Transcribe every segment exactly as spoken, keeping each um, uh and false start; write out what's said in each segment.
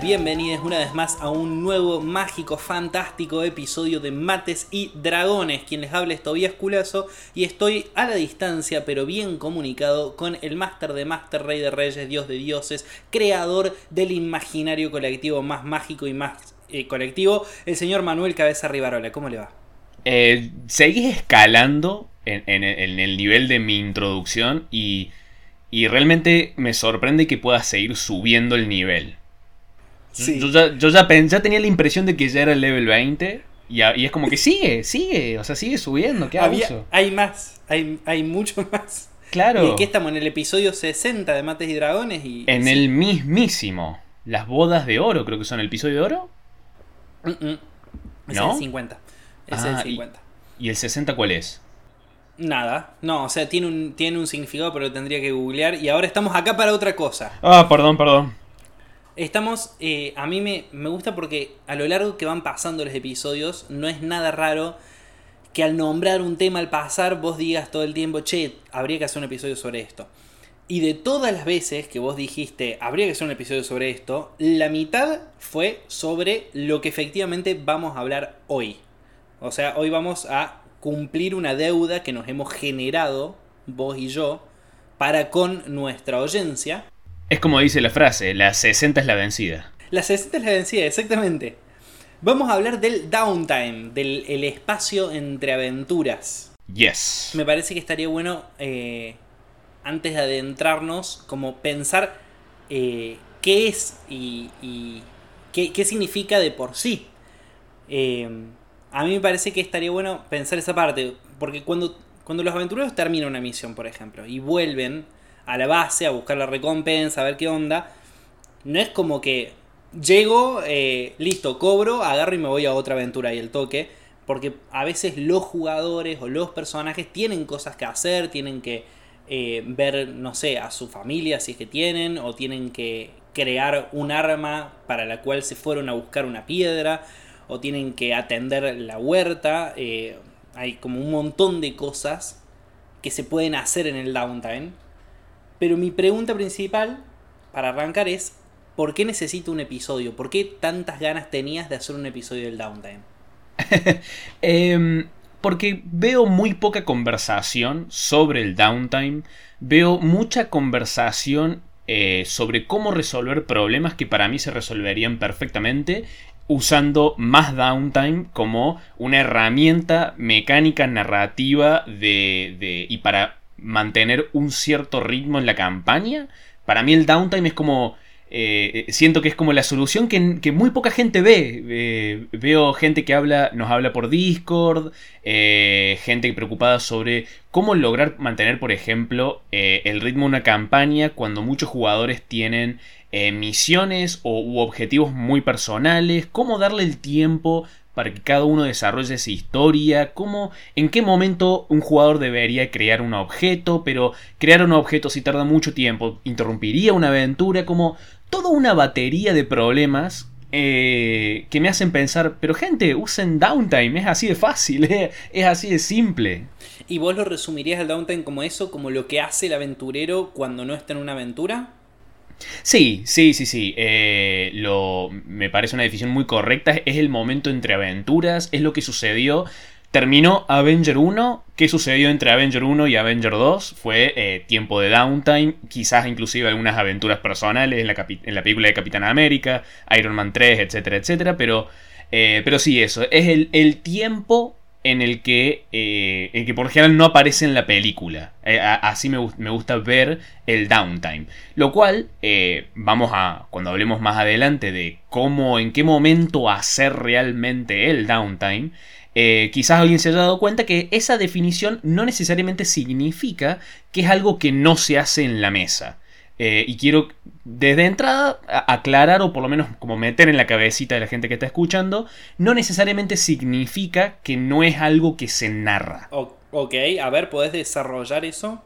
bienvenidos una vez más a un nuevo, mágico, fantástico episodio de Mates y Dragones. Quien les habla es Tobías Culazo y estoy a la distancia pero bien comunicado con el Máster de Máster, Rey de Reyes, Dios de Dioses, creador del imaginario colectivo más mágico y más eh, colectivo, el señor Manuel Cabeza Rivarola. ¿Cómo le va? Eh, seguís escalando en, en, en el nivel de mi introducción y, y realmente me sorprende que puedas seguir subiendo el nivel. Sí. Yo, ya, yo ya, pen, ya tenía la impresión de que ya era el level veinte y, y es como que sigue, sigue, o sea, sigue subiendo, qué abuso. Había, hay más, hay, hay mucho más. Claro. Y aquí estamos en el episodio sesenta de Mates y Dragones y... En sí. el mismísimo, las bodas de oro, creo que son el episodio de oro. Mm-mm. Ese ¿No? es el cincuenta. Ese Ah, es el cincuenta. ¿Y, ¿Y el sesenta cuál es? Nada, no, o sea, tiene un, tiene un significado, pero lo tendría que googlear. Y ahora estamos acá para otra cosa. Ah, perdón, perdón. Estamos, eh, a mí me, me gusta porque a lo largo que van pasando los episodios, no es nada raro que al nombrar un tema al pasar, vos digas todo el tiempo, che, habría que hacer un episodio sobre esto. Y de todas las veces que vos dijiste, habría que hacer un episodio sobre esto, la mitad fue sobre lo que efectivamente vamos a hablar hoy. O sea, hoy vamos a cumplir una deuda que nos hemos generado, vos y yo, para con nuestra audiencia. Es como dice la frase, la sesenta es la vencida. La sesenta es la vencida, exactamente. Vamos a hablar del downtime, del el espacio entre aventuras. Yes. Me parece que estaría bueno, eh, antes de adentrarnos, como pensar eh, qué es y, y qué, qué significa de por sí. Eh, a mí me parece que estaría bueno pensar esa parte, porque cuando, cuando los aventureros terminan una misión, por ejemplo, y vuelven a la base a buscar la recompensa, a ver qué onda, no es como que llego, eh, listo, cobro, agarro y me voy a otra aventura y el toque, porque a veces los jugadores o los personajes tienen cosas que hacer, tienen que eh, ver, no sé, a su familia si es que tienen, o tienen que crear un arma para la cual se fueron a buscar una piedra, o tienen que atender la huerta. Eh, hay como un montón de cosas que se pueden hacer en el downtime. Pero mi pregunta principal para arrancar es, ¿por qué necesito un episodio? ¿Por qué tantas ganas tenías de hacer un episodio del downtime? eh, porque veo muy poca conversación sobre el downtime. Veo mucha conversación eh, sobre cómo resolver problemas que para mí se resolverían perfectamente usando más downtime como una herramienta mecánica narrativa de, de y para mantener un cierto ritmo en la campaña. Para mí el downtime es como... Eh, siento que es como la solución que, que muy poca gente ve. Eh, veo gente que habla, nos habla por Discord, eh, gente preocupada sobre cómo lograr mantener, por ejemplo, eh, el ritmo de una campaña cuando muchos jugadores tienen eh, misiones o, u objetivos muy personales, cómo darle el tiempo para que cada uno desarrolle esa historia, cómo, en qué momento un jugador debería crear un objeto, pero crear un objeto si tarda mucho tiempo interrumpiría una aventura, como toda una batería de problemas eh, que me hacen pensar, pero gente, usen downtime, es así de fácil, eh, es así de simple. ¿Y vos lo resumirías el downtime como eso, como lo que hace el aventurero cuando no está en una aventura? Sí, sí, sí, sí. Eh, lo, me parece una definición muy correcta. Es el momento entre aventuras. Es lo que sucedió. Terminó Avenger uno. ¿Qué sucedió entre Avenger uno y Avenger dos? Fue eh, tiempo de downtime. Quizás inclusive algunas aventuras personales en la, capi- en la película de Capitán América, Iron Man tres, etcétera, etcétera. Pero, eh, pero sí, eso. Es el, el tiempo en el que, eh, en que por lo general no aparece en la película. Eh, a, así me, me gusta ver el downtime. Lo cual, eh, vamos a, cuando hablemos más adelante de cómo, en qué momento hacer realmente el downtime, eh, quizás alguien se haya dado cuenta que esa definición no necesariamente significa que es algo que no se hace en la mesa. Eh, y quiero desde entrada aclarar o por lo menos como meter en la cabecita de la gente que está escuchando, no necesariamente significa que no es algo que se narra. O- ok, a ver, ¿podés desarrollar eso?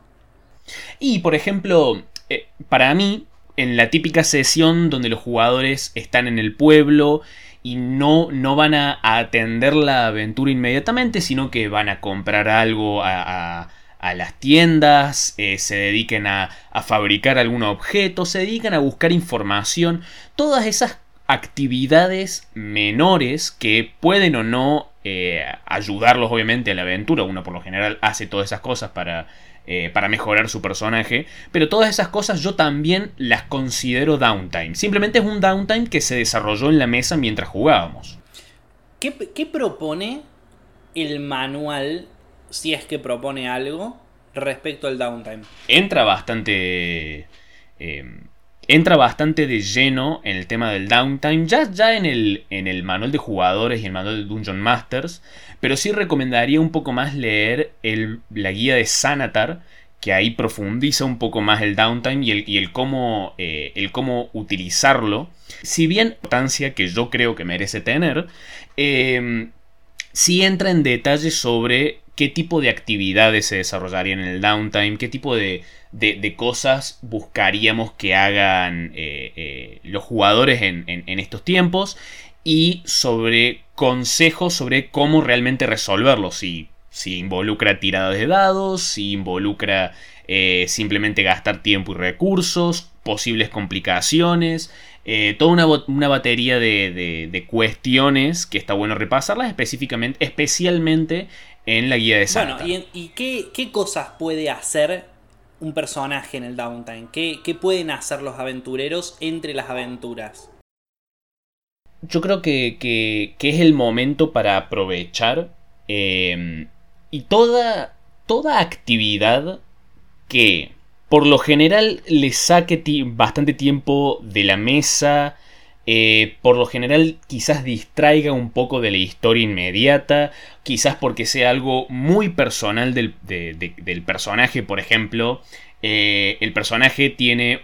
Y por ejemplo, eh, para mí, en la típica sesión donde los jugadores están en el pueblo y no, no van a atender la aventura inmediatamente, sino que van a comprar algo a... a a las tiendas, eh, se dediquen a, a fabricar algún objeto, se dedican a buscar información, todas esas actividades menores que pueden o no eh, ayudarlos obviamente a la aventura. Uno por lo general hace todas esas cosas para, eh, para mejorar su personaje, pero todas esas cosas yo también las considero downtime. Simplemente es un downtime que se desarrolló en la mesa mientras jugábamos. ¿Qué, qué propone el manual, si es que propone algo, respecto al downtime? Entra bastante... Eh, entra bastante de lleno en el tema del downtime, ya, ya en, el, en el manual de jugadores y el manual de Dungeon Masters, pero sí recomendaría un poco más leer el, la guía de Xanatar, que ahí profundiza un poco más el downtime y el, y el, cómo, eh, el cómo utilizarlo. Si bien la importancia que yo creo que merece tener, eh, sí entra en detalles sobre qué tipo de actividades se desarrollarían en el downtime, qué tipo de, de, de cosas buscaríamos que hagan eh, eh, los jugadores en, en, en estos tiempos, y sobre consejos sobre cómo realmente resolverlo. Si, si involucra tiradas de dados, si involucra eh, simplemente gastar tiempo y recursos, posibles complicaciones... Eh, toda una, una batería de, de, de cuestiones que está bueno repasarlas específicamente, especialmente en la guía de Xanatar. Bueno, ¿y, y qué, qué cosas puede hacer un personaje en el downtime? ¿Qué, qué pueden hacer los aventureros entre las aventuras? Yo creo que, que, que es el momento para aprovechar eh, y toda, toda actividad que... por lo general le saque ti- bastante tiempo de la mesa, eh, por lo general quizás distraiga un poco de la historia inmediata, quizás porque sea algo muy personal del, de, de, del personaje. Por ejemplo, eh, el personaje tiene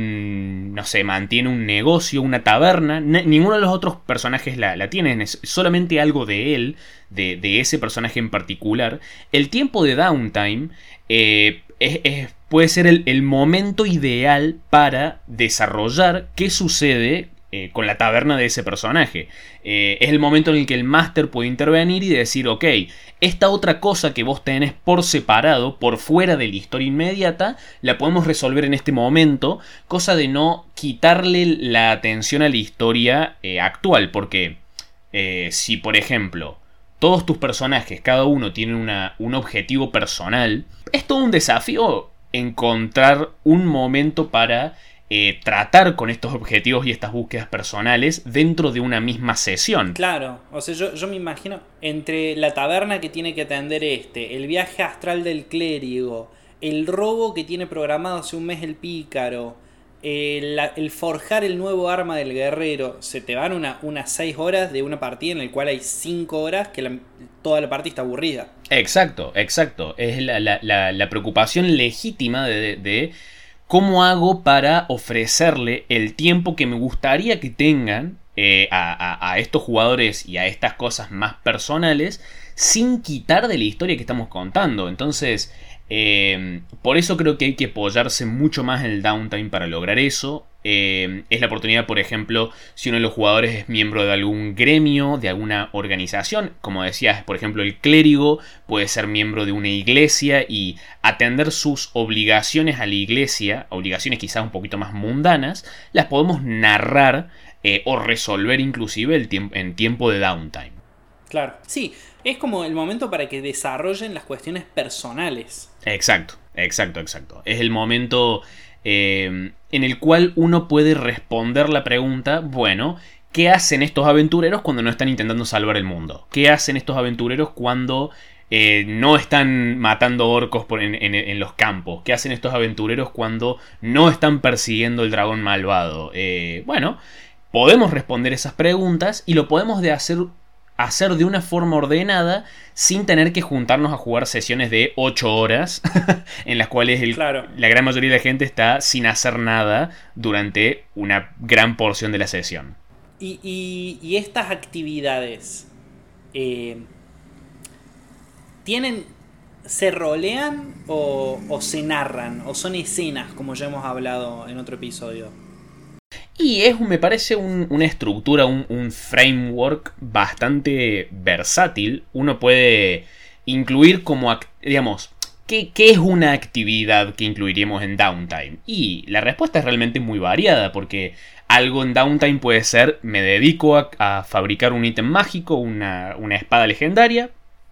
un, no sé, mantiene un negocio, una taberna, N- ninguno de los otros personajes la, la tienen, es solamente algo de él, de, de ese personaje en particular. El tiempo de downtime eh, es... es puede ser el, el momento ideal para desarrollar qué sucede eh, con la taberna de ese personaje. Eh, es el momento en el que el máster puede intervenir y decir, ok, esta otra cosa que vos tenés por separado, por fuera de la historia inmediata, la podemos resolver en este momento, cosa de no quitarle la atención a la historia eh, actual, porque eh, si por ejemplo... todos tus personajes, cada uno tiene una, un objetivo personal, es todo un desafío encontrar un momento para eh, tratar con estos objetivos y estas búsquedas personales dentro de una misma sesión. Claro, o sea, yo, yo me imagino entre la taberna que tiene que atender este, el viaje astral del clérigo, el robo que tiene programado hace un mes el pícaro, el, el forjar el nuevo arma del guerrero, se te van una, unas seis horas de una partida en la cual hay cinco horas que la, toda la partida está aburrida. Exacto, exacto. Es la, la, la, la preocupación legítima de, de, de cómo hago para ofrecerle el tiempo que me gustaría que tengan eh, a, a, a estos jugadores y a estas cosas más personales sin quitar de la historia que estamos contando. Entonces... Eh, por eso creo que hay que apoyarse mucho más en el downtime para lograr eso. Eh, es la oportunidad, por ejemplo, si uno de los jugadores es miembro de algún gremio, de alguna organización, como decías, por ejemplo, el clérigo puede ser miembro de una iglesia y atender sus obligaciones a la iglesia, obligaciones quizás un poquito más mundanas, las podemos narrar eh, o resolver inclusive el tiemp- en tiempo de downtime. Claro, sí, es como el momento para que desarrollen las cuestiones personales. Exacto, exacto, exacto. Es el momento eh, en el cual uno puede responder la pregunta, bueno, ¿qué hacen estos aventureros cuando no están intentando salvar el mundo? ¿Qué hacen estos aventureros cuando eh, no están matando orcos por en, en, en los campos? ¿Qué hacen estos aventureros cuando no están persiguiendo el dragón malvado? Eh, bueno, podemos responder esas preguntas y lo podemos de hacer... hacer de una forma ordenada sin tener que juntarnos a jugar sesiones de ocho horas en las cuales el, claro. la gran mayoría de la gente está sin hacer nada durante una gran porción de la sesión. Y, y, y estas actividades eh, tienen se rolean o, o se narran o son escenas, como ya hemos hablado en otro episodio. Y es, me parece, un, una estructura, un, un framework bastante versátil. Uno puede incluir como, digamos, ¿qué, ¿qué es una actividad que incluiríamos en downtime? Y la respuesta es realmente muy variada, porque algo en downtime puede ser, me dedico a, a fabricar un ítem mágico, una, una espada legendaria.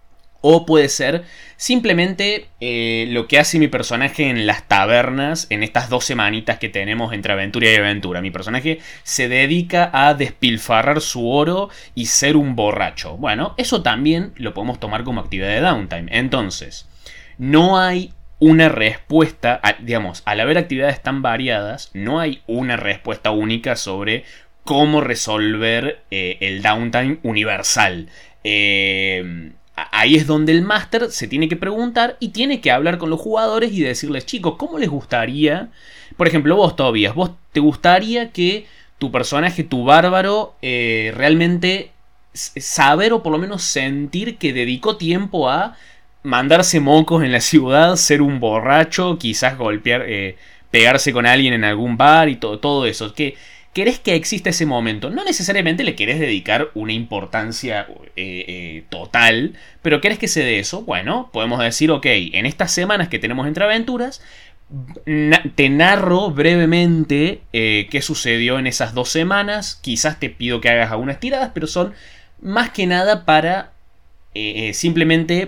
O puede ser simplemente eh, lo que hace mi personaje en las tabernas en estas dos semanitas que tenemos entre aventura y aventura. Mi personaje se dedica a despilfarrar su oro y ser un borracho. Bueno, eso también lo podemos tomar como actividad de downtime. Entonces, no hay una respuesta, a, digamos, al haber actividades tan variadas, no hay una respuesta única sobre cómo resolver eh, el downtime universal. Eh... Ahí es donde el máster se tiene que preguntar y tiene que hablar con los jugadores y decirles, chicos, ¿cómo les gustaría? Por ejemplo, vos, Tobias, ¿vos te gustaría que tu personaje, tu bárbaro, eh, realmente saber o por lo menos sentir que dedicó tiempo a mandarse mocos en la ciudad, ser un borracho, quizás golpear, eh, pegarse con alguien en algún bar y todo, todo eso? ¿Qué? ¿Querés que exista ese momento? No necesariamente le querés dedicar una importancia eh, eh, total, pero ¿querés que se dé eso? Bueno, podemos decir, ok, en estas semanas que tenemos entre aventuras, na- te narro brevemente eh, qué sucedió en esas dos semanas. Quizás te pido que hagas algunas tiradas, pero son más que nada para eh, eh, simplemente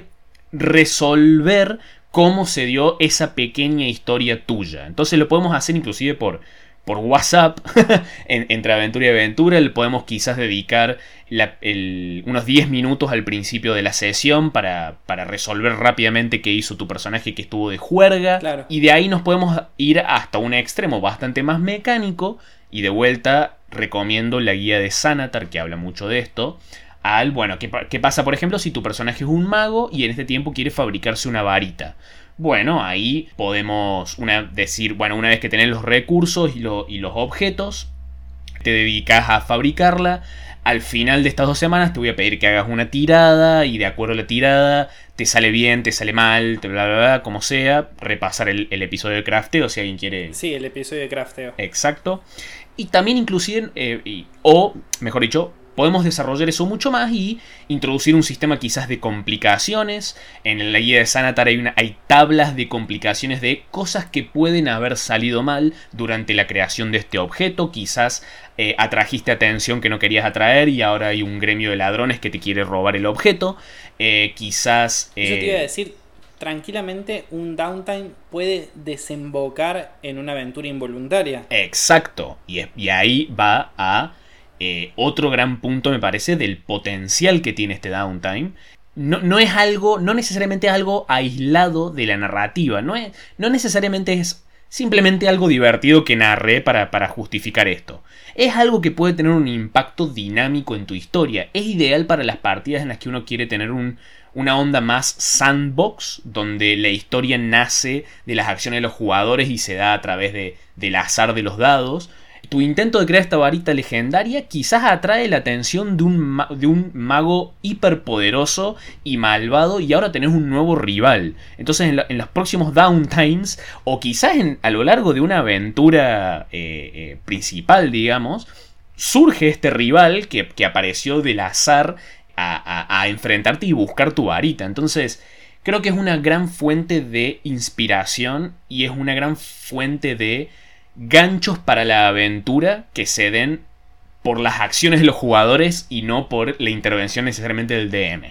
resolver cómo se dio esa pequeña historia tuya. Entonces lo podemos hacer inclusive por... por WhatsApp, en, entre aventura y aventura, le podemos quizás dedicar la, el, unos diez minutos al principio de la sesión para, para resolver rápidamente qué hizo tu personaje que estuvo de juerga. Claro. Y de ahí nos podemos ir hasta un extremo bastante más mecánico. Y de vuelta recomiendo la guía de Xanatar, que habla mucho de esto. Al, bueno, ¿qué, qué pasa por ejemplo si tu personaje es un mago y en este tiempo quiere fabricarse una varita? Bueno, ahí podemos una, decir, bueno, una vez que tenés los recursos y, lo, y los objetos, te dedicas a fabricarla. Al final de estas dos semanas te voy a pedir que hagas una tirada y de acuerdo a la tirada te sale bien, te sale mal, te bla bla bla, como sea. Repasar el, el episodio de crafteo si alguien quiere. Sí, el episodio de crafteo. Exacto. Y también inclusive, eh, y, o mejor dicho, podemos desarrollar eso mucho más y introducir un sistema quizás de complicaciones. En la guía de Xanatar hay, una, hay tablas de complicaciones de cosas que pueden haber salido mal durante la creación de este objeto. Quizás eh, atrajiste atención que no querías atraer y ahora hay un gremio de ladrones que te quiere robar el objeto. Eh, quizás... Eh, Eso te iba a decir, tranquilamente un downtime puede desembocar en una aventura involuntaria. Exacto. Y, y ahí va a... Eh, otro gran punto me parece del potencial que tiene este downtime. No, no es algo, no necesariamente algo aislado de la narrativa. No, es, no necesariamente es simplemente algo divertido que narré para, para justificar esto. Es algo que puede tener un impacto dinámico en tu historia. Es ideal para las partidas en las que uno quiere tener un, una onda más sandbox, donde la historia nace de las acciones de los jugadores y se da a través de, del azar de los dados. Tu intento de crear esta varita legendaria quizás atrae la atención de un, ma- de un mago hiperpoderoso y malvado y ahora tenés un nuevo rival. Entonces en, la- en los próximos downtimes o quizás en, a lo largo de una aventura eh, eh, principal, digamos, surge este rival que, que apareció del azar a, a, a enfrentarte y buscar tu varita. Entonces creo que es una gran fuente de inspiración y es una gran fuente de... ganchos para la aventura que se den por las acciones de los jugadores y no por la intervención necesariamente del D M.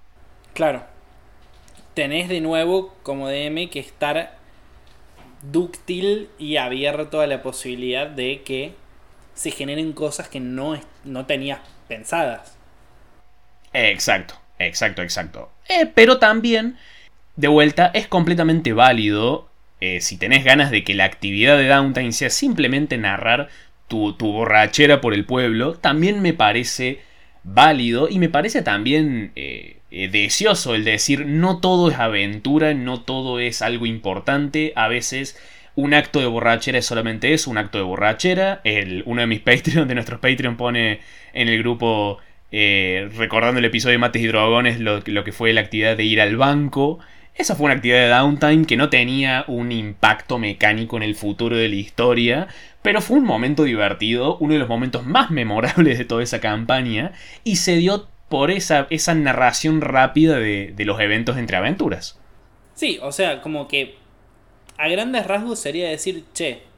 Claro. Tenés de nuevo como D M que estar dúctil y abierto a la posibilidad de que se generen cosas que no, no tenías pensadas. Exacto, exacto, exacto. Eh, pero también, de vuelta, es completamente válido... Eh, si tenés ganas de que la actividad de downtime sea simplemente narrar tu, tu borrachera por el pueblo, también me parece válido y me parece también eh, eh, deseoso el decir no todo es aventura, no todo es algo importante. A veces un acto de borrachera es solamente eso, un acto de borrachera. El, uno de mis Patreon, de nuestros Patreon, pone en el grupo eh, recordando el episodio de Mates y Dragones lo, lo que fue la actividad de ir al banco. Esa fue una actividad de downtime que no tenía un impacto mecánico en el futuro de la historia, pero fue un momento divertido, uno de los momentos más memorables de toda esa campaña, y se dio por esa, esa narración rápida de, de los eventos entre aventuras. Sí, o sea, como que a grandes rasgos sería decir, che,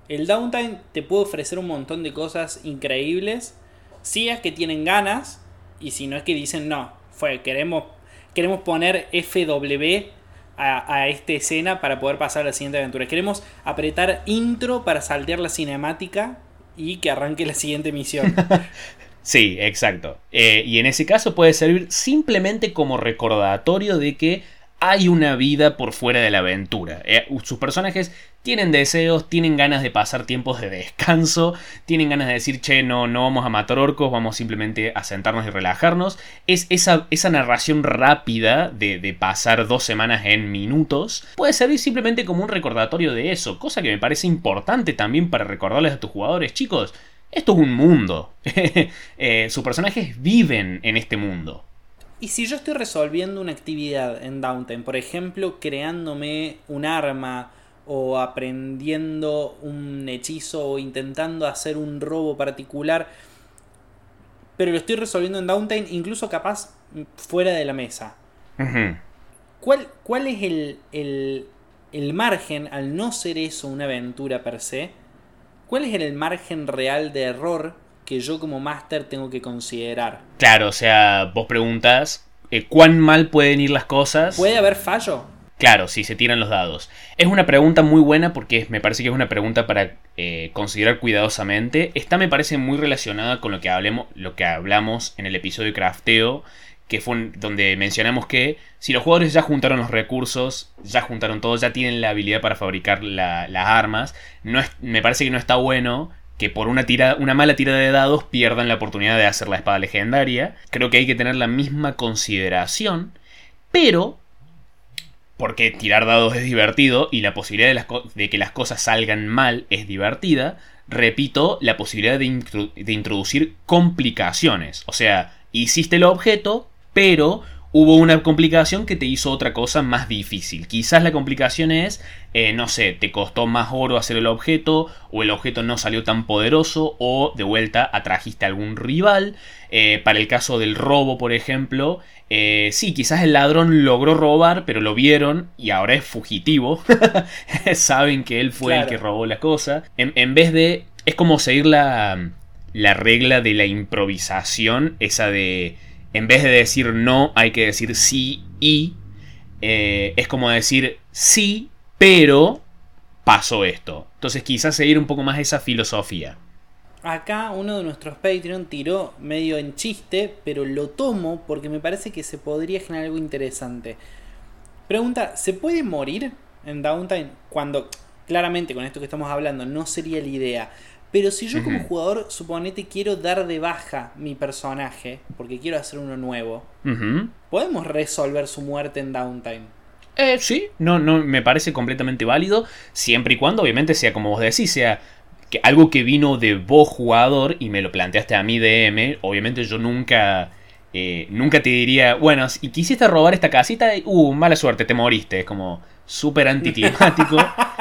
El downtime te puede ofrecer un montón de cosas increíbles, si es que tienen ganas, y si no es que dicen, no, fue, queremos, queremos poner F W a, a esta escena para poder pasar a la siguiente aventura. Queremos apretar intro para saltear la cinemática y que arranque la siguiente misión. Sí, exacto. Eh, y en ese caso puede servir simplemente como recordatorio de que hay una vida por fuera de la aventura. Eh, sus personajes tienen deseos, tienen ganas de pasar tiempos de descanso, tienen ganas de decir, che, no, no vamos a matar orcos, vamos simplemente a sentarnos y relajarnos. Es esa, esa narración rápida de, de pasar dos semanas en minutos puede servir simplemente como un recordatorio de eso, cosa que me parece importante también para recordarles a tus jugadores, chicos, esto es un mundo. eh, sus personajes viven en este mundo. Y si yo estoy resolviendo una actividad en downtime, por ejemplo, creándome un arma o aprendiendo un hechizo o intentando hacer un robo particular, pero lo estoy resolviendo en downtime, incluso capaz fuera de la mesa. Uh-huh. ¿Cuál, cuál es el, el, el margen, al no ser eso una aventura per se? ¿Cuál es el margen real de error que yo como máster tengo que considerar? Claro, o sea, vos preguntas eh, ¿cuán mal pueden ir las cosas? ¿Puede haber fallo? Claro, si se tiran los dados. Es una pregunta muy buena porque me parece que es una pregunta para eh, considerar cuidadosamente. Esta me parece muy relacionada con lo que, hablemos, lo que hablamos en el episodio de crafteo, que fue un, donde mencionamos que si los jugadores ya juntaron los recursos, ya juntaron todo, ya tienen la habilidad para fabricar la, las armas, no es, me parece que no está bueno que por una, tira, una mala tirada de dados pierdan la oportunidad de hacer la espada legendaria. Creo que hay que tener la misma consideración, pero porque tirar dados es divertido y la posibilidad de, las de que las cosas salgan mal es divertida, repito, la posibilidad de, intru de introducir complicaciones. O sea, hiciste el objeto, pero hubo una complicación que te hizo otra cosa más difícil. Quizás la complicación es, eh, no sé, te costó más oro hacer el objeto, o el objeto no salió tan poderoso, o de vuelta atrajiste a algún rival. Eh, para el caso del robo, por ejemplo, eh, sí, quizás el ladrón logró robar, pero lo vieron y ahora es fugitivo. Saben que él fue claro. el que robó la cosa. En, en vez de... Es como seguir la, la regla de la improvisación, esa de... En vez de decir no, hay que decir sí y... Eh, es como decir sí, pero pasó esto. Entonces quizás seguir un poco más esa filosofía. Acá uno de nuestros Patreon tiró medio en chiste, pero lo tomo porque me parece que se podría generar algo interesante. Pregunta, ¿se puede morir en downtime? Cuando claramente con esto que estamos hablando no sería la idea. Pero si yo como uh-huh. jugador, suponete, quiero dar de baja mi personaje, porque quiero hacer uno nuevo, uh-huh. ¿podemos resolver su muerte en downtime? Eh, sí, no, no, me parece completamente válido, siempre y cuando obviamente sea como vos decís, sea que algo que vino de vos jugador y me lo planteaste a mí D M, obviamente yo nunca... Eh, nunca te diría, bueno, si quisiste robar esta casita, uh, mala suerte, te moriste, es como súper anticlimático.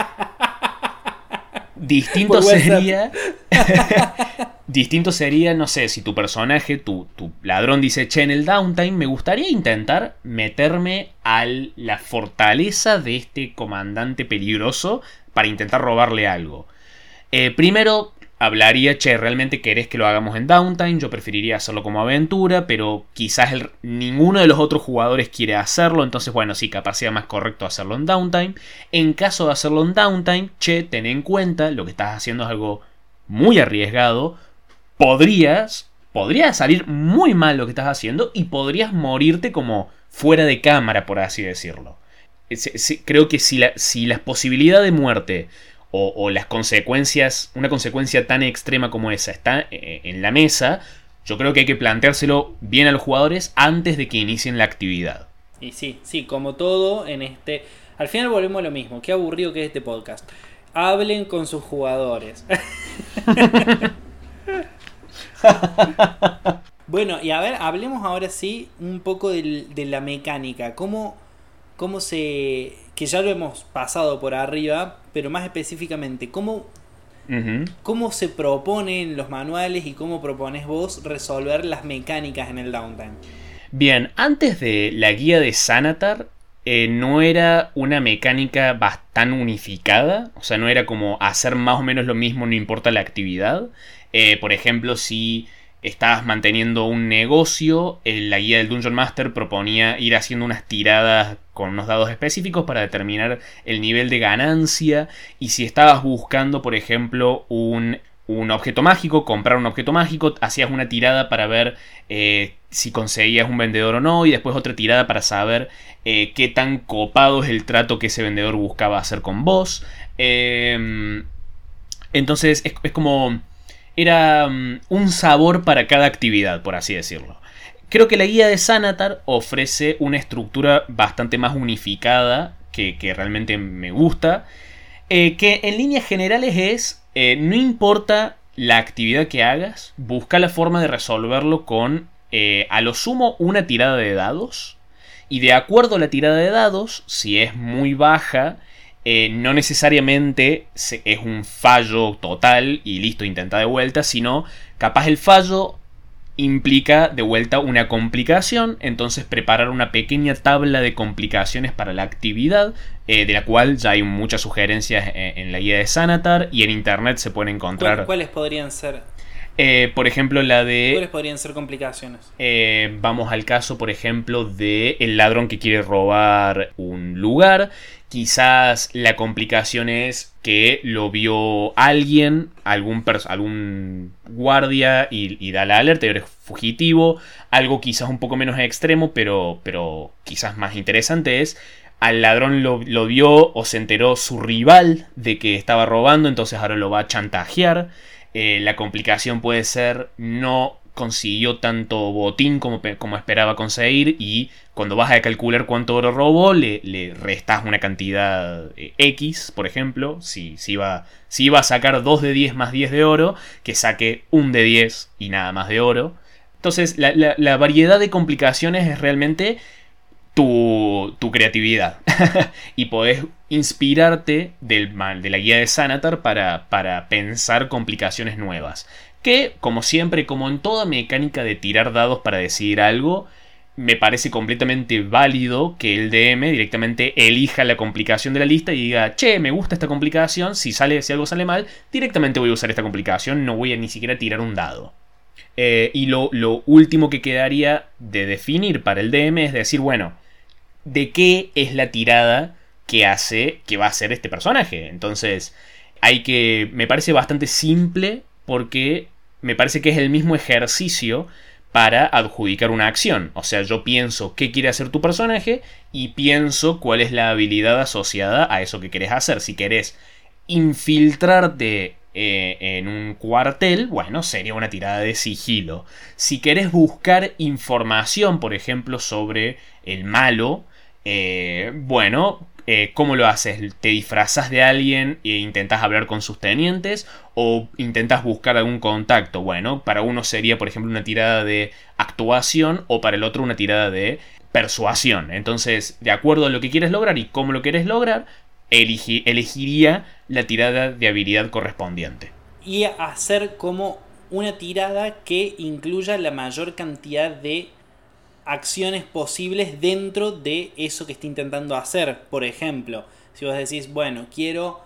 Distinto sería Distinto sería, no sé, si tu personaje, tu, tu ladrón dice, che, en el downtime me gustaría intentar meterme a la fortaleza de este comandante peligroso para intentar robarle algo. Eh, primero hablaría, che, ¿realmente querés que lo hagamos en downtime? Yo preferiría hacerlo como aventura, pero quizás el, ninguno de los otros jugadores quiere hacerlo, entonces bueno, sí, capaz sea más correcto hacerlo en downtime. En caso de hacerlo en downtime, che, ten en cuenta, lo que estás haciendo es algo muy arriesgado, podrías, podría salir muy mal lo que estás haciendo y podrías morirte como fuera de cámara, por así decirlo. Creo que si, la, si las posibilidades de muerte... O, o las consecuencias, una consecuencia tan extrema como esa está eh, en la mesa, yo creo que hay que planteárselo bien a los jugadores antes de que inicien la actividad. Y sí, sí, como todo en este... Al final volvemos a lo mismo, qué aburrido que es este podcast. Hablen con sus jugadores. Bueno, y a ver, hablemos ahora sí un poco de, de la mecánica. ¿Cómo, cómo se... que ya lo hemos pasado por arriba, pero más específicamente, ¿cómo, uh-huh. ¿cómo se propone en los manuales y cómo propones vos resolver las mecánicas en el downtime? Bien, antes de la guía de Xanatar, eh, no era una mecánica bastante unificada. O sea, no era como hacer más o menos lo mismo, no importa la actividad. Eh, por ejemplo, si estabas manteniendo un negocio, eh, la guía del Dungeon Master proponía ir haciendo unas tiradas con unos dados específicos para determinar el nivel de ganancia. Y si estabas buscando, por ejemplo, un, un objeto mágico, comprar un objeto mágico, hacías una tirada para ver eh, si conseguías un vendedor o no, y después otra tirada para saber eh, qué tan copado es el trato que ese vendedor buscaba hacer con vos. Eh, entonces es, es como... Era um, un sabor para cada actividad, por así decirlo. Creo que la guía de Xanatar ofrece una estructura bastante más unificada, que, que realmente me gusta. Eh, que en líneas generales es, eh, no importa la actividad que hagas, busca la forma de resolverlo con, eh, a lo sumo, una tirada de dados. Y de acuerdo a la tirada de dados, si es muy baja... Eh, no necesariamente es un fallo total y listo, intenta de vuelta, sino capaz el fallo implica de vuelta una complicación, entonces preparar una pequeña tabla de complicaciones para la actividad, eh, de la cual ya hay muchas sugerencias en, en la guía de Xanatar y en internet se pueden encontrar. ¿Cuáles podrían ser? Eh, por ejemplo, la de... ¿Cuáles podrían ser complicaciones? Eh, vamos al caso, por ejemplo, de el ladrón que quiere robar un lugar. Quizás la complicación es que lo vio alguien, algún, algún guardia y, y da la alerta y eres fugitivo. Algo quizás un poco menos extremo, pero, pero quizás más interesante es... Al ladrón lo, lo vio o se enteró su rival de que estaba robando, entonces ahora lo va a chantajear. Eh, la complicación puede ser no consiguió tanto botín como, como esperaba conseguir, y cuando vas a calcular cuánto oro robó le, le restas una cantidad eh, X, por ejemplo. Si, si, iba, si iba a sacar dos de diez más diez de oro, que saque un de diez y nada más de oro. Entonces la, la, la variedad de complicaciones es realmente tu, tu creatividad. Y podés inspirarte del, de la guía de Xanatar para, para pensar complicaciones nuevas. Que, como siempre, como en toda mecánica de tirar dados para decidir algo, me parece completamente válido que el D M directamente elija la complicación de la lista y diga, che, me gusta esta complicación, si, sale, si algo sale mal, directamente voy a usar esta complicación, no voy a ni siquiera tirar un dado. Eh, y lo, lo último que quedaría de definir para el D M es decir, bueno, ¿de qué es la tirada que hace, que va a hacer este personaje? Entonces, hay que... me parece bastante simple porque me parece que es el mismo ejercicio para adjudicar una acción. O sea, yo pienso qué quiere hacer tu personaje y pienso cuál es la habilidad asociada a eso que querés hacer. Si querés infiltrarte eh, en un cuartel, bueno, sería una tirada de sigilo. Si querés buscar información, por ejemplo, sobre el malo, eh, bueno... Eh, ¿Cómo lo haces? ¿Te disfrazas de alguien e intentas hablar con sus tenientes? ¿O intentas buscar algún contacto? Bueno, para uno sería, por ejemplo, una tirada de actuación, o para el otro una tirada de persuasión. Entonces, de acuerdo a lo que quieres lograr y cómo lo quieres lograr, eligi- elegiría la tirada de habilidad correspondiente. Y hacer como una tirada que incluya la mayor cantidad de acciones posibles dentro de eso que está intentando hacer. Por ejemplo, si vos decís, bueno, quiero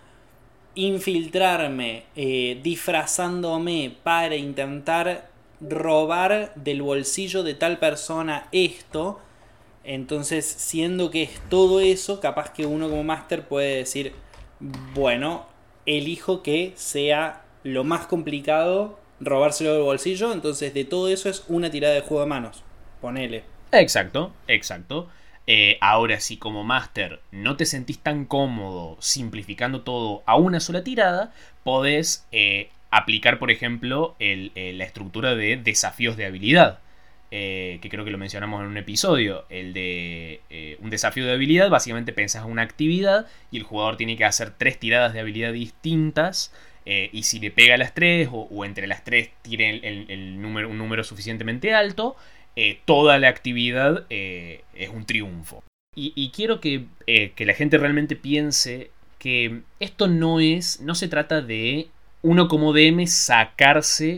infiltrarme eh, disfrazándome para intentar robar del bolsillo de tal persona esto, entonces, siendo que es todo eso, capaz que uno como máster puede decir, bueno, elijo que sea lo más complicado robárselo del bolsillo, entonces de todo eso es una tirada de juego de manos. Ponele. Exacto, exacto. Eh, ahora, si como máster no te sentís tan cómodo simplificando todo a una sola tirada, podés eh, aplicar, por ejemplo, el, eh, la estructura de desafíos de habilidad. Eh, que creo que lo mencionamos en un episodio. El de eh, un desafío de habilidad, básicamente pensás una actividad y el jugador tiene que hacer tres tiradas de habilidad distintas. Eh, y si le pega a las tres, o, o entre las tres tiene el, el, el número, un número suficientemente alto, Eh, toda la actividad eh, es un triunfo. Y, y quiero que, eh, que la gente realmente piense que esto no es, no se trata de uno como D M sacarse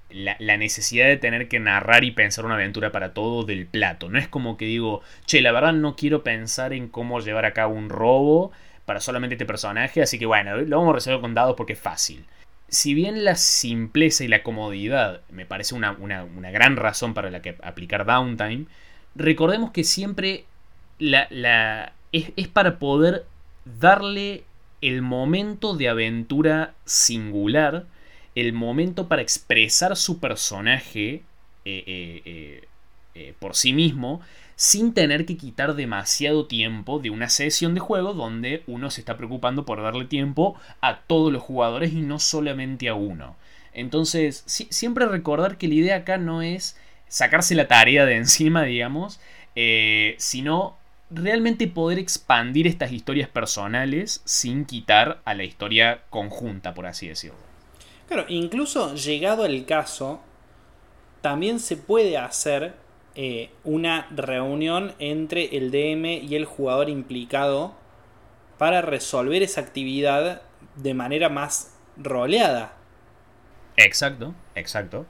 la, la necesidad de tener que narrar y pensar una aventura para todo del plato. No es como que digo, che, la verdad no quiero pensar en cómo llevar a cabo un robo para solamente este personaje, así que bueno, lo vamos a resolver con dados porque es fácil. Si bien la simpleza y la comodidad me parece una, una, una gran razón para la que aplicar downtime, recordemos que siempre la, la, es, es para poder darle el momento de aventura singular, el momento para expresar su personaje eh, eh, eh, eh, por sí mismo, sin tener que quitar demasiado tiempo de una sesión de juego donde uno se está preocupando por darle tiempo a todos los jugadores y no solamente a uno. Entonces, si, siempre recordar que la idea acá no es sacarse la tarea de encima, digamos, eh, sino realmente poder expandir estas historias personales sin quitar a la historia conjunta, por así decirlo. Claro, incluso llegado el caso, también se puede hacer eh, una reunión entre el D M y el jugador implicado para resolver esa actividad de manera más roleada. Exacto, exacto.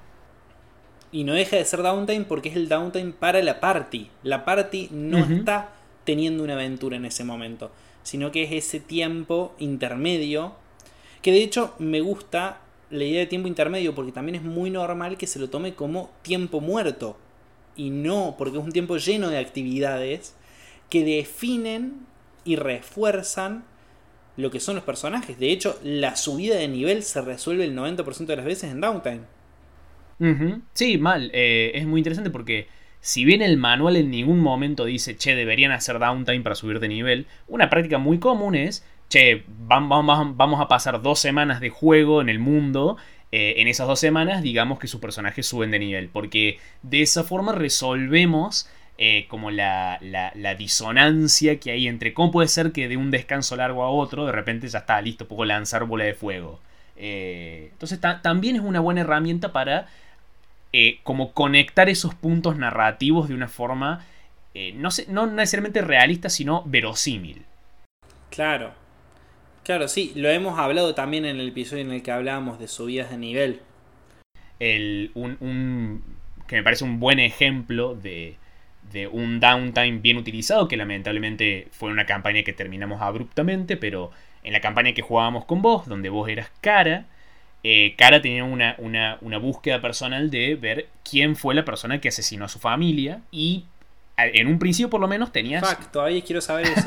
Y no deja de ser downtime porque es el downtime para la party. La party no uh-huh. está teniendo una aventura en ese momento, sino que es ese tiempo intermedio, que de hecho me gusta la idea de tiempo intermedio porque también es muy normal que se lo tome como tiempo muerto, y no, porque es un tiempo lleno de actividades que definen y refuerzan lo que son los personajes. De hecho, la subida de nivel se resuelve el noventa por ciento de las veces en downtime. Uh-huh. Sí, mal. Eh, es muy interesante porque si bien el manual en ningún momento dice, che, deberían hacer downtime para subir de nivel, una práctica muy común es, che, vamos, vamos a pasar dos semanas de juego en el mundo, eh, en esas dos semanas digamos que sus personajes suben de nivel, porque de esa forma resolvemos eh, como la, la, la disonancia que hay entre cómo puede ser que de un descanso largo a otro, de repente ya está listo, puedo lanzar bola de fuego. Eh, entonces ta- también es una buena herramienta para Eh, como conectar esos puntos narrativos de una forma eh, no, sé, no necesariamente realista, sino verosímil. Claro, claro, sí, lo hemos hablado también en el episodio en el que hablábamos de subidas de nivel. El, un, un, que me parece un buen ejemplo de, de un downtime bien utilizado, que lamentablemente fue una campaña que terminamos abruptamente, pero en la campaña que jugábamos con vos, donde vos eras Cara, Eh, Cara tenía una, una, una búsqueda personal de ver quién fue la persona que asesinó a su familia. Y en un principio por lo menos tenías... Fuck, todavía quiero saber eso.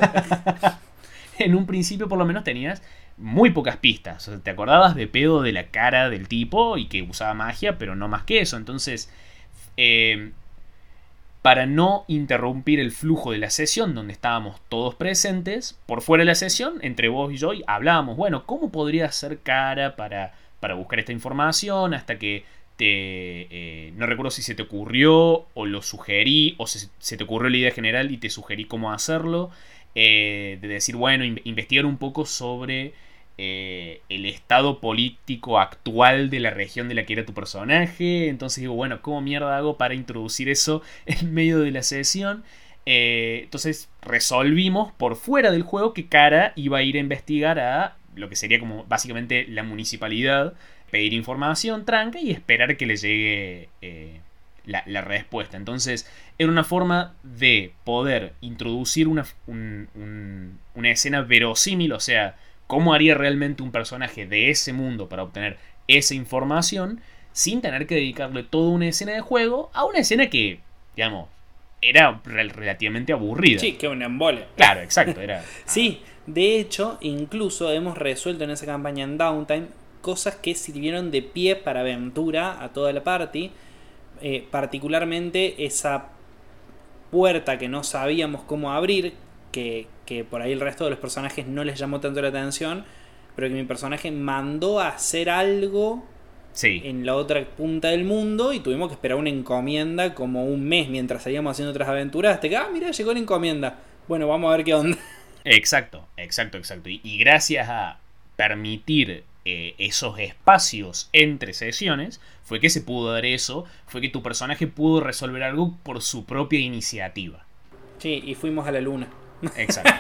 En un principio por lo menos tenías muy pocas pistas. O sea, te acordabas de pedo de la cara del tipo y que usaba magia, pero no más que eso. Entonces, eh, para no interrumpir el flujo de la sesión donde estábamos todos presentes, por fuera de la sesión, entre vos y yo, hablábamos, bueno, ¿cómo podría ser Cara para... para buscar esta información, hasta que te... Eh, no recuerdo si se te ocurrió o lo sugerí, o se, se te ocurrió la idea general y te sugerí cómo hacerlo, eh, de decir, bueno, in- investigar un poco sobre eh, el estado político actual de la región de la que era tu personaje. Entonces digo, bueno, ¿cómo mierda hago para introducir eso en medio de la sesión? Eh, entonces resolvimos por fuera del juego que Cara iba a ir a investigar a lo que sería como básicamente la municipalidad, pedir información, tranca, y esperar que le llegue eh, la, la respuesta. Entonces era una forma de poder introducir una, un, un, una escena verosímil, o sea, cómo haría realmente un personaje de ese mundo para obtener esa información, sin tener que dedicarle toda una escena de juego a una escena que, digamos, era relativamente aburrida. Sí, que un embole. Claro, exacto, era... Sí, de hecho, incluso hemos resuelto en esa campaña en downtime cosas que sirvieron de pie para aventura a toda la party. Eh, particularmente esa puerta que no sabíamos cómo abrir, que, que por ahí el resto de los personajes no les llamó tanto la atención, pero que mi personaje mandó a hacer algo sí. en la otra punta del mundo y tuvimos que esperar una encomienda como un mes mientras seguíamos haciendo otras aventuras hasta que, ah, mira, llegó la encomienda. Bueno, vamos a ver qué onda. Exacto, exacto, exacto. Y, y gracias a permitir eh, esos espacios entre sesiones, fue que se pudo dar eso, fue que tu personaje pudo resolver algo por su propia iniciativa. Sí, y fuimos a la luna. Exacto.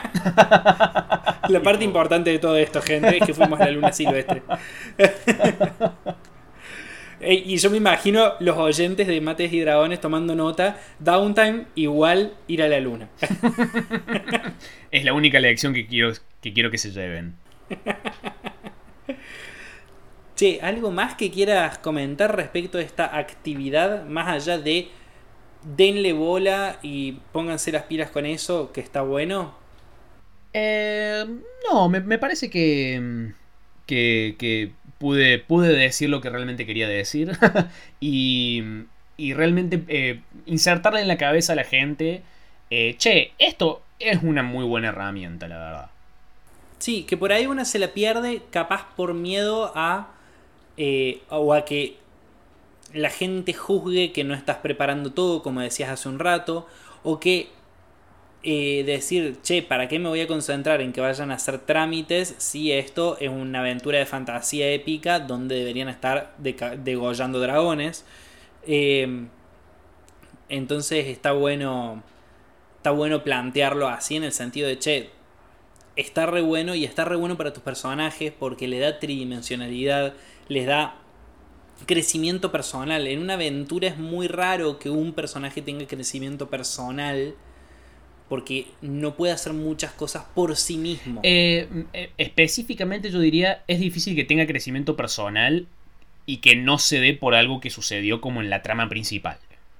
La parte importante de todo esto, gente, es que fuimos a la luna silvestre. Y yo me imagino los oyentes de Mates y Dragones tomando nota. Downtime igual ir a la luna. Es la única lección que quiero que, quiero que se lleven. Che, ¿algo más que quieras comentar respecto a esta actividad? Más allá de denle bola y pónganse las pilas con eso, que está bueno. Eh, no, me, me parece que, que, que pude, pude decir lo que realmente quería decir. y, y realmente eh, insertarle en la cabeza a la gente, eh, che, esto es una muy buena herramienta, la verdad. Sí, que por ahí una se la pierde capaz por miedo a... Eh, o a que la gente juzgue que no estás preparando todo, como decías hace un rato, o que eh, decir, che, ¿para qué me voy a concentrar en que vayan a hacer trámites si esto es una aventura de fantasía épica donde deberían estar deca- degollando dragones? Eh, entonces está bueno, está bueno plantearlo así en el sentido de, che, está re bueno y está re bueno para tus personajes porque le da tridimensionalidad, les da crecimiento personal. En una aventura es muy raro que un personaje tenga crecimiento personal porque no puede hacer muchas cosas por sí mismo. Eh, específicamente yo diría, es difícil que tenga crecimiento personal y que no se dé por algo que sucedió como en la trama principal.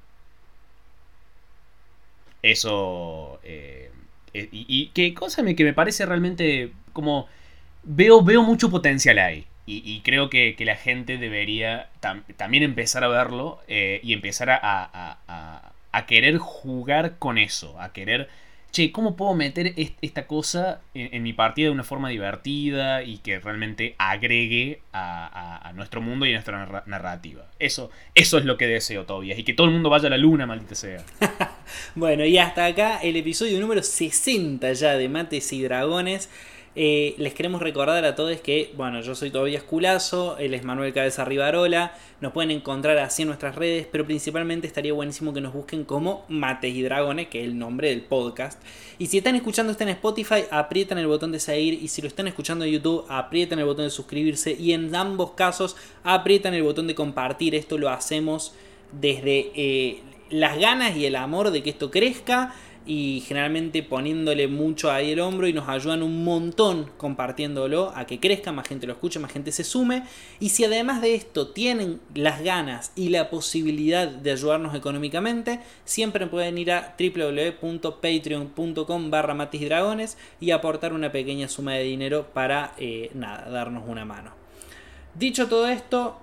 Eso... Eh, y, y que cosa que me parece realmente como... Veo, veo mucho potencial ahí. Y, y creo que, que la gente debería tam, también empezar a verlo eh, y empezar a, a, a, a querer jugar con eso. A querer, che, ¿cómo puedo meter est esta cosa en, en mi partida de una forma divertida y que realmente agregue a, a, a nuestro mundo y a nuestra narrativa? Eso, eso es lo que deseo, Tobias. Y que todo el mundo vaya a la luna, maldita sea. Bueno, y hasta acá el episodio número sesenta ya de Mates y Dragones. Eh, les queremos recordar a todos que, bueno, yo soy Tobias Culazo, él es Manuel Cabeza Rivarola, nos pueden encontrar así en nuestras redes, pero principalmente estaría buenísimo que nos busquen como Mates y Dragones, que es el nombre del podcast. Y si están escuchando esto en Spotify, aprietan el botón de seguir, y si lo están escuchando en YouTube, aprietan el botón de suscribirse, y en ambos casos aprietan el botón de compartir. Esto lo hacemos desde eh, las ganas y el amor de que esto crezca, y generalmente poniéndole mucho ahí el hombro, y nos ayudan un montón compartiéndolo a que crezca, más gente lo escuche, más gente se sume. Y si además de esto tienen las ganas y la posibilidad de ayudarnos económicamente, siempre pueden ir a w w w punto patreon punto com barra matis y dragones y aportar una pequeña suma de dinero para eh, nada, darnos una mano. Dicho todo esto,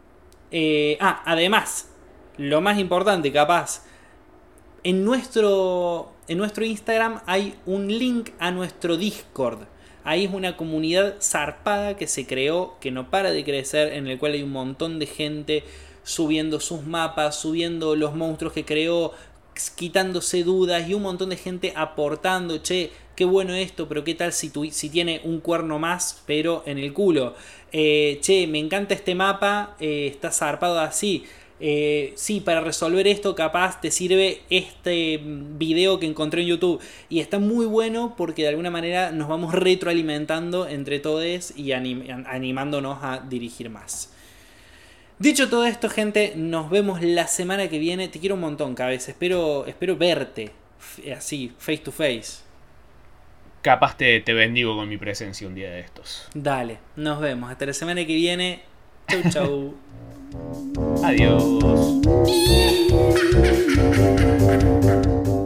eh, ah, además, lo más importante capaz, En nuestro, en nuestro Instagram hay un link a nuestro Discord. Ahí es una comunidad zarpada que se creó, que no para de crecer, en el cual hay un montón de gente subiendo sus mapas, subiendo los monstruos que creó, quitándose dudas, y un montón de gente aportando, che, qué bueno esto, pero qué tal si, tu, si tiene un cuerno más, pero en el culo. Eh, che, me encanta este mapa, eh, está zarpado así. Eh, sí, para resolver esto capaz te sirve este video que encontré en YouTube, y está muy bueno porque de alguna manera nos vamos retroalimentando entre todos y anim animándonos a dirigir más. Dicho todo esto, gente, nos vemos la semana que viene. Te quiero un montón, cabeza. Espero, espero verte así, face to face. Capaz te, te bendigo con mi presencia un día de estos. Dale, nos vemos. Hasta la semana que viene. Chau, chau. Adiós.